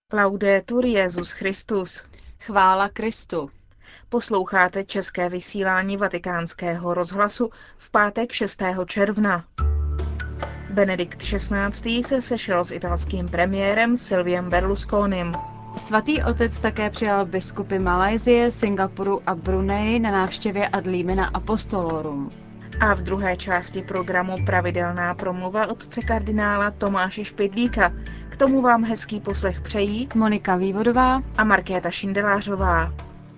Laudetur Jesus Christus. Chvála Kristu. Posloucháte české vysílání Vatikánského rozhlasu v pátek 6. června. Benedikt XVI. Se sešel s italským premiérem Silviem Berlusconim. Svatý otec také přijal biskupy Malajsie, Singapuru a Bruneji na návštěvě ad limina apostolorum. A v druhé části programu pravidelná promluva otce kardinála Tomáše Špidlíka. K tomu vám hezký poslech přejí Monika Vývodová a Markéta Šindelářová.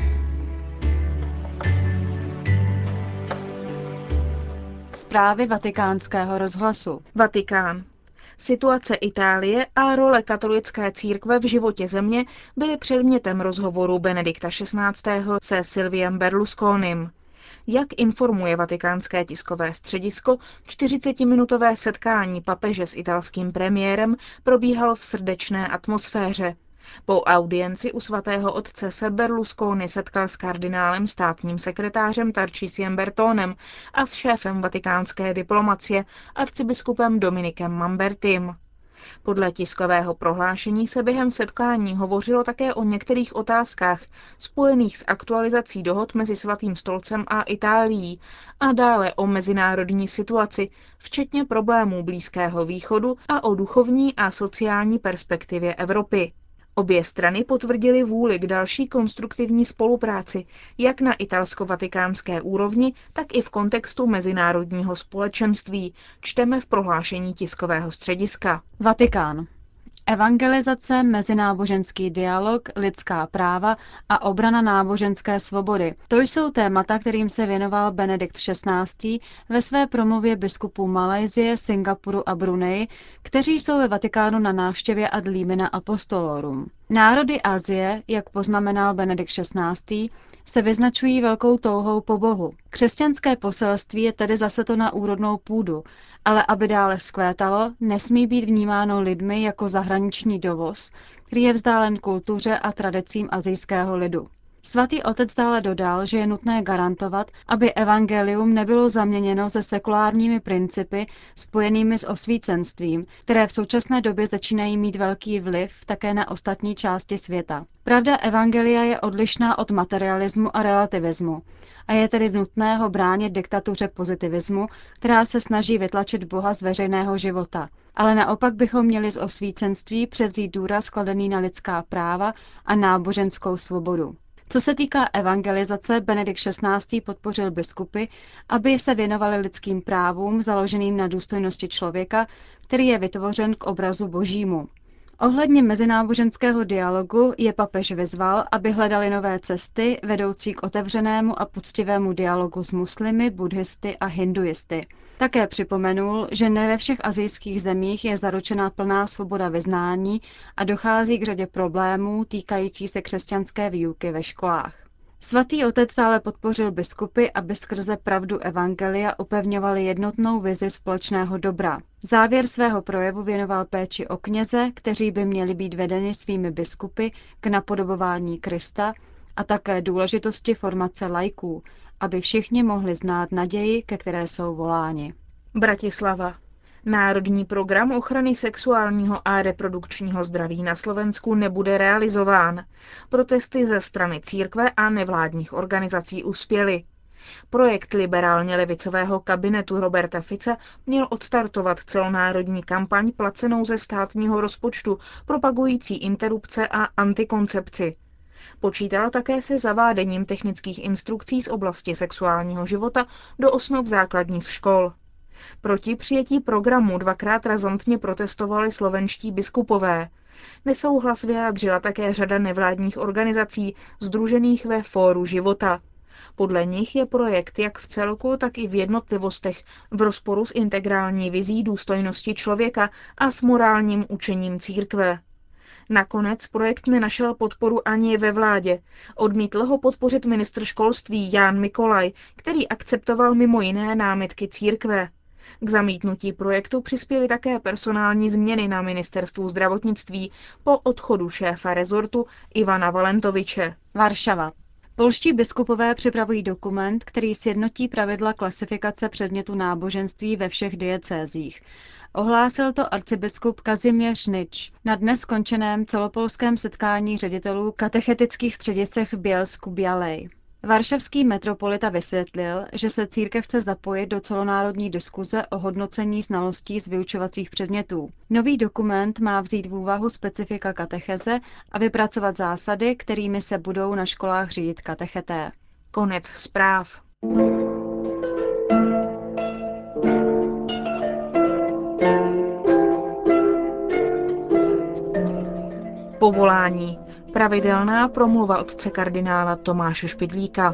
Zprávy Vatikánského rozhlasu. Vatikán. Situace Itálie a role katolické církve v životě země byly předmětem rozhovoru Benedikta XVI. Se Silviem Berlusconim. Jak informuje vatikánské tiskové středisko, 40-minutové setkání papeže s italským premiérem probíhalo v srdečné atmosféře. Po audienci u svatého otce se Berlusconi setkal s kardinálem státním sekretářem Tarcisiem Bertonem a s šéfem vatikánské diplomacie arcibiskupem Dominikem Mambertim. Podle tiskového prohlášení se během setkání hovořilo také o některých otázkách spojených s aktualizací dohod mezi Svatým stolcem a Itálií a dále o mezinárodní situaci, včetně problémů Blízkého východu a o duchovní a sociální perspektivě Evropy. Obě strany potvrdily vůli k další konstruktivní spolupráci, jak na italsko-vatikánské úrovni, tak i v kontextu mezinárodního společenství, čteme v prohlášení tiskového střediska. Vatikán. Evangelizace, mezináboženský dialog, lidská práva a obrana náboženské svobody. To jsou témata, kterým se věnoval Benedikt XVI. Ve své promluvě biskupů Malajsie, Singapuru a Bruneji, kteří jsou ve Vatikánu na návštěvě ad limina apostolorum. Národy Asie, jak poznamenal Benedikt XVI., se vyznačují velkou touhou po Bohu. Křesťanské poselství je tedy zaseto na úrodnou půdu, ale aby dále vzkvétalo, nesmí být vnímáno lidmi jako zahraniční dovoz, který je vzdálen kultuře a tradicím asijského lidu. Svatý otec dále dodal, že je nutné garantovat, aby evangelium nebylo zaměněno se sekulárními principy spojenými s osvícenstvím, které v současné době začínají mít velký vliv také na ostatní části světa. Pravda evangelia je odlišná od materialismu a relativismu a je tedy nutné ho bránit diktatuře pozitivismu, která se snaží vytlačit Boha z veřejného života. Ale naopak bychom měli z osvícenství převzít důraz kladený na lidská práva a náboženskou svobodu. Co se týká evangelizace, Benedikt XVI. Podpořil biskupy, aby se věnovali lidským právům založeným na důstojnosti člověka, který je vytvořen k obrazu božímu. Ohledně mezináboženského dialogu je papež vyzval, aby hledali nové cesty vedoucí k otevřenému a poctivému dialogu s muslimy, buddhisty a hinduisty. Také připomenul, že ne ve všech asijských zemích je zaručena plná svoboda vyznání a dochází k řadě problémů týkající se křesťanské výuky ve školách. Svatý otec stále podpořil biskupy, aby skrze pravdu evangelia upevňovali jednotnou vizi společného dobra. Závěr svého projevu věnoval péči o kněze, kteří by měli být vedeni svými biskupy k napodobování Krista a také důležitosti formace laiků, aby všichni mohli znát naději, ke které jsou voláni. Bratislava. Národní program ochrany sexuálního a reprodukčního zdraví na Slovensku nebude realizován. Protesty ze strany církve a nevládních organizací uspěly. Projekt liberálně-levicového kabinetu Roberta Fica měl odstartovat celonárodní kampaň placenou ze státního rozpočtu, propagující interrupce a antikoncepci. Počítala také se zaváděním technických instrukcí z oblasti sexuálního života do osnov základních škol. Proti přijetí programu dvakrát razantně protestovali slovenští biskupové. Nesouhlas vyjádřila také řada nevládních organizací sdružených ve Fóru života. Podle nich je projekt jak v celku, tak i v jednotlivostech v rozporu s integrální vizí důstojnosti člověka a s morálním učením církve. Nakonec projekt nenašel podporu ani ve vládě. Odmítl ho podpořit ministr školství Ján Mikolaj, který akceptoval mimo jiné námitky církve. K zamítnutí projektu přispěly také personální změny na ministerstvu zdravotnictví po odchodu šéfa rezortu Ivana Valentoviče. Varšava. Polští biskupové připravují dokument, který sjednotí pravidla klasifikace předmětu náboženství ve všech diecézích. Ohlásil to arcibiskup Kazimierz Nič na dnes skončeném celopolském setkání ředitelů katechetických středisek v Bielsku-Białej. Varšavský metropolita vysvětlil, že se církev chce zapojit do celonárodní diskuze o hodnocení znalostí z vyučovacích předmětů. Nový dokument má vzít v úvahu specifika katecheze a vypracovat zásady, kterými se budou na školách řídit katecheté. Konec zpráv. Povolání. Pravidelná promluva otce kardinála Tomáše Špidlíka.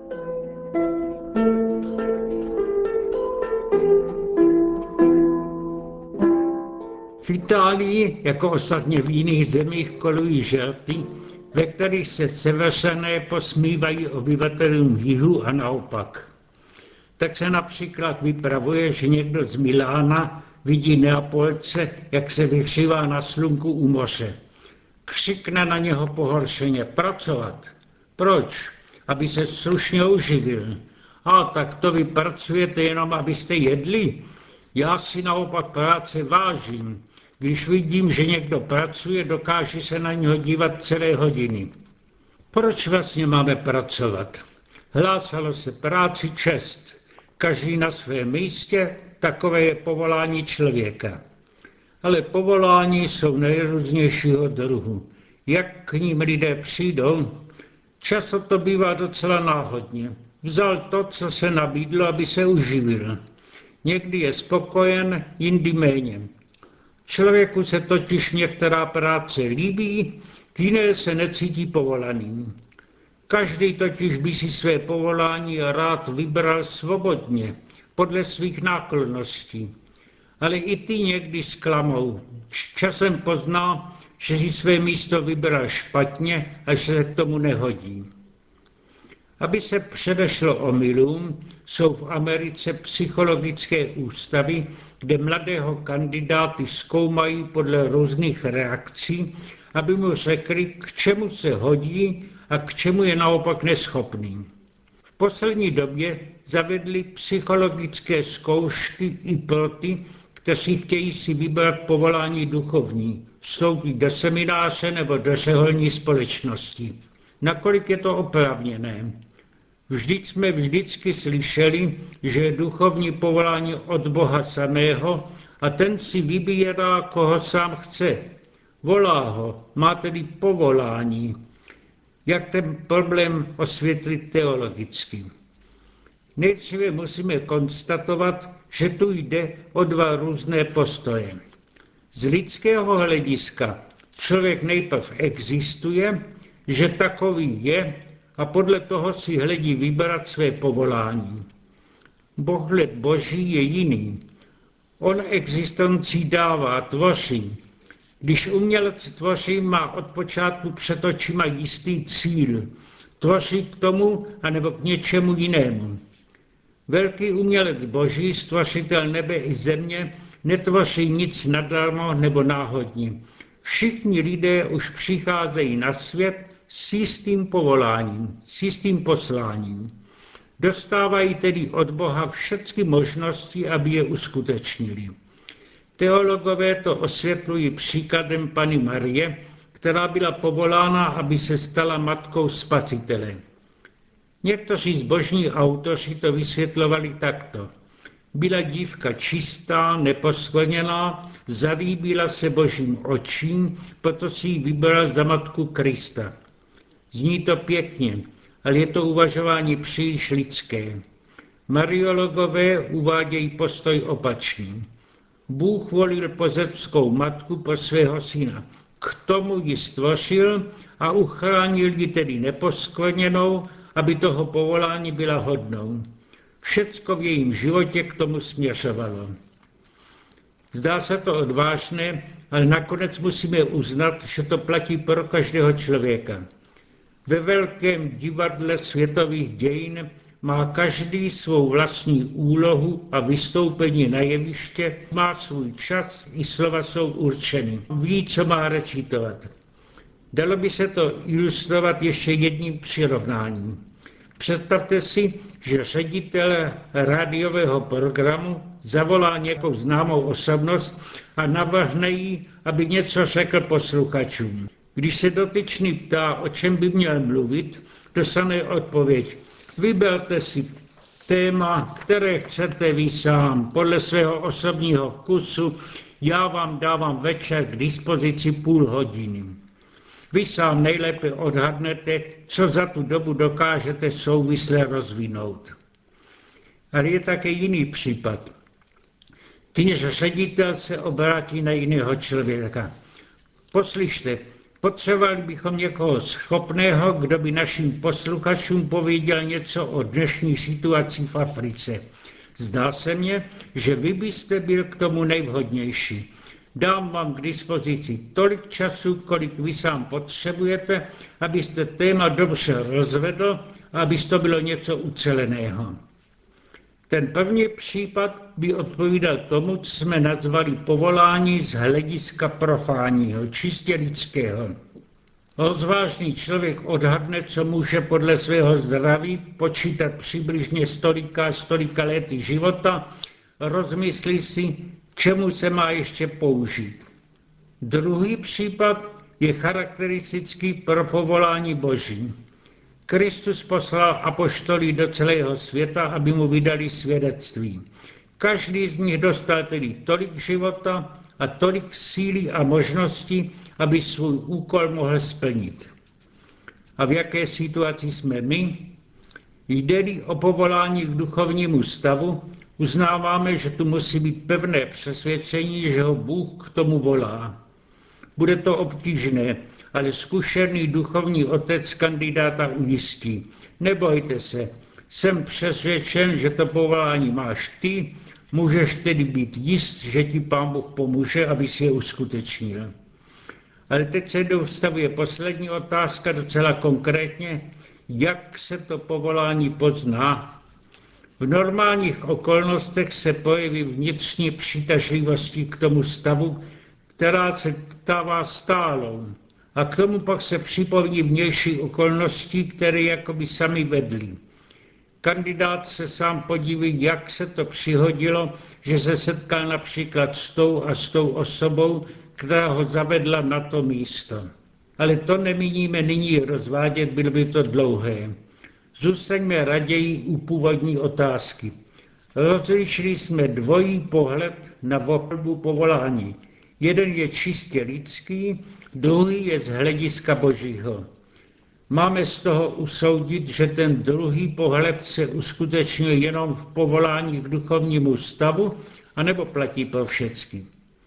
V Itálii, jako ostatně v jiných zemích, kolují žerty, ve kterých se Severšané posmívají obyvatelům jihu a naopak. Tak se například vypravuje, že někdo z Milána vidí Neapolce, jak se vyhřívá na slunku u moře. Křikne na něho pohoršeně: pracovat. Proč? Aby se slušně uživil. A tak to vy pracujete jenom, abyste jedli? Já si naopak práce vážím. Když vidím, že někdo pracuje, dokážu se na něho dívat celé hodiny. Proč vlastně máme pracovat? Hlásalo se práci čest. Každý na svém místě, takové je povolání člověka. Ale povolání jsou nejrůznějšího druhu. Jak k ním lidé přijdou? Často to bývá docela náhodně. Vzal to, co se nabídlo, aby se uživil. Někdy je spokojen, jindy méně. Člověku se totiž některá práce líbí, k jiné se necítí povolaným. Každý totiž by si své povolání rád vybral svobodně, podle svých náklonností. Ale i ty někdy zklamou. Časem pozná, že si své místo vybral špatně a že se k tomu nehodí. Aby se předešlo omylům, jsou v Americe psychologické ústavy, kde mladého kandidáty zkoumají podle různých reakcí, aby mu řekli, k čemu se hodí a k čemu je naopak neschopný. V poslední době zavedli psychologické zkoušky i pro ty, kteří chtějí si vybrat povolání duchovní, vstoupit do semináře nebo do řeholní společnosti. Nakolik je to oprávněné? Vždyť jsme vždycky slyšeli, že je duchovní povolání od Boha samého a ten si vybírá, koho sám chce. Volá ho, má tedy povolání. Jak ten problém osvětlit teologicky? Nejdříve musíme konstatovat, že tu jde o dva různé postoje. Z lidského hlediska člověk nejprv existuje, že takový je, a podle toho si hledí vybrat své povolání. Pohled Boží je jiný. On existencí dává, tvoří. Když umělec tvoří, má od počátku před očima jistý cíl. Tvoří k tomu anebo k něčemu jinému. Velký umělec Boží, stvořitel nebe i země, netvoří nic nadarmo nebo náhodně. Všichni lidé už přicházejí na svět s jistým povoláním, s jistým posláním. Dostávají tedy od Boha všechny možnosti, aby je uskutečnili. Teologové to osvětlují příkladem Panny Marie, která byla povolána, aby se stala matkou Spasitele. Někteří zbožní autoři to vysvětlovali takto. Byla dívka čistá, neposkvrněná, zalíbila se Božím očím, proto si ji vybral za matku Krista. Zní to pěkně, ale je to uvažování příliš lidské. Mariologové uvádějí postoj opačný. Bůh volil pozemskou matku pro svého syna. K tomu ji stvořil a uchránil ji tedy neposkvrněnou, aby toho povolání byla hodnou. Všecko v jejím životě k tomu směřovalo. Zdá se to odvážné, ale nakonec musíme uznat, že to platí pro každého člověka. Ve velkém divadle světových dějin má každý svou vlastní úlohu a vystoupení na jeviště, má svůj čas, i slova jsou určeny. Ví, co má recitovat. Dalo by se to ilustrovat ještě jedním přirovnáním. Představte si, že ředitel rádiového programu zavolá nějakou známou osobnost a navrhne jí, aby něco řekl posluchačům. Když se dotyčný ptá, o čem by měl mluvit, dostane odpověď. Vyberte si téma, které chcete vy sám, podle svého osobního vkusu, já vám dávám večer k dispozici půl hodiny. Vy sám nejlépe odhadnete, co za tu dobu dokážete souvisle rozvinout. Ale je také jiný případ. Týž ředitel se obrátí na jiného člověka. Poslyšte, potřebovali bychom někoho schopného, kdo by našim posluchačům pověděl něco o dnešní situaci v Africe. Zdá se mně, že vy byste byl k tomu nejvhodnější. Dám vám k dispozici tolik času, kolik vy sám potřebujete, abyste téma dobře rozvedl a aby to bylo něco uceleného. Ten první případ by odpovídal tomu, co jsme nazvali povolání z hlediska profánního, čistě lidského. Rozvážný člověk odhadne, co může podle svého zdraví počítat přibližně stolika lety života, rozmyslí si, čemu se má ještě použít. Druhý případ je charakteristický pro povolání Boží. Kristus poslal apoštolí do celého světa, aby mu vydali svědectví. Každý z nich dostal tedy tolik života a tolik síly a možností, aby svůj úkol mohl splnit. A v jaké situaci jsme my? Jde-li o povolání k duchovnímu stavu, uznáváme, že tu musí být pevné přesvědčení, že ho Bůh k tomu volá. Bude to obtížné, ale zkušený duchovní otec kandidáta ujistí. Nebojte se, jsem přesvědčen, že to povolání máš ty, můžeš tedy být jist, že ti Pán Bůh pomůže, aby si je uskutečnil. Ale teď se dostavuje poslední otázka docela konkrétně, jak se to povolání pozná. V normálních okolnostech se projeví vnitřní přitažlivosti k tomu stavu, která se stává stálou. A k tomu pak se připojí vnější okolnosti, které jakoby sami vedly. Kandidát se sám podíví, jak se to přihodilo, že se setkal například s tou osobou, která ho zavedla na to místo. Ale to nemíníme nyní rozvádět, bylo by to dlouhé. Zůstaňme raději u původní otázky. Rozlišili jsme dvojí pohled na volbu povolání. Jeden je čistě lidský, druhý je z hlediska Božího. Máme z toho usoudit, že ten druhý pohled se uskutečňuje jenom v povolání k duchovnímu stavu, anebo platí pro všechny.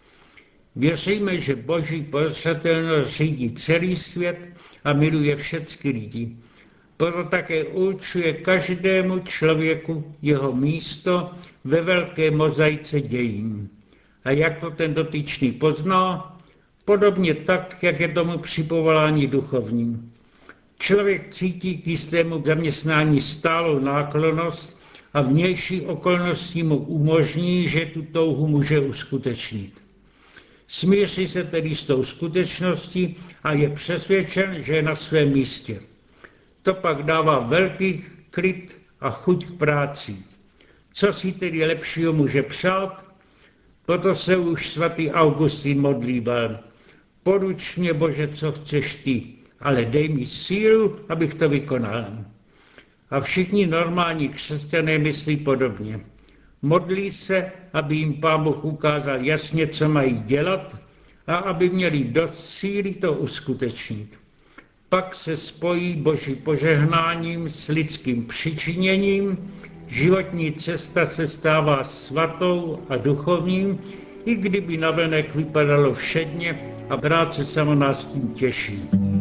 Věříme, že Boží prozřetelnost řídí celý svět a miluje všechny lidi. Proto také určuje každému člověku jeho místo ve velké mozaice dějin. A jak to ten dotyčný pozná? Podobně tak, jak je tomu při povolání duchovním. Člověk cítí k jistému zaměstnání stálou náklonnost a vnější okolnosti mu umožní, že tu touhu může uskutečnit. Smíří se tedy s tou skutečností a je přesvědčen, že je na svém místě. To pak dává velký klid a chuť k práci. Co si tedy lepšího může přát? Proto se už svatý Augustín modlíval. Poruč mě, Bože, co chceš ty, ale dej mi sílu, abych to vykonal. A všichni normální křesťané myslí podobně. Modlí se, aby jim Pán Bůh ukázal jasně, co mají dělat a aby měli dost síly to uskutečnit. Pak se spojí Boží požehnáním s lidským přičiněním, životní cesta se stává svatou a duchovním, i kdyby navenek vypadalo všedně a práce sama nás tím těší.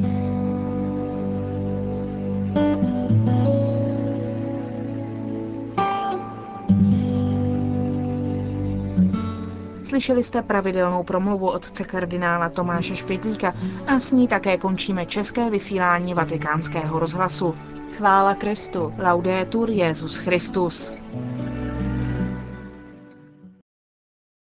Slyšeli jste pravidelnou promluvu otce kardinála Tomáše Špidlíka a s ní také končíme české vysílání Vatikánského rozhlasu. Chvála Kristu. Laudetur Jesus Christus.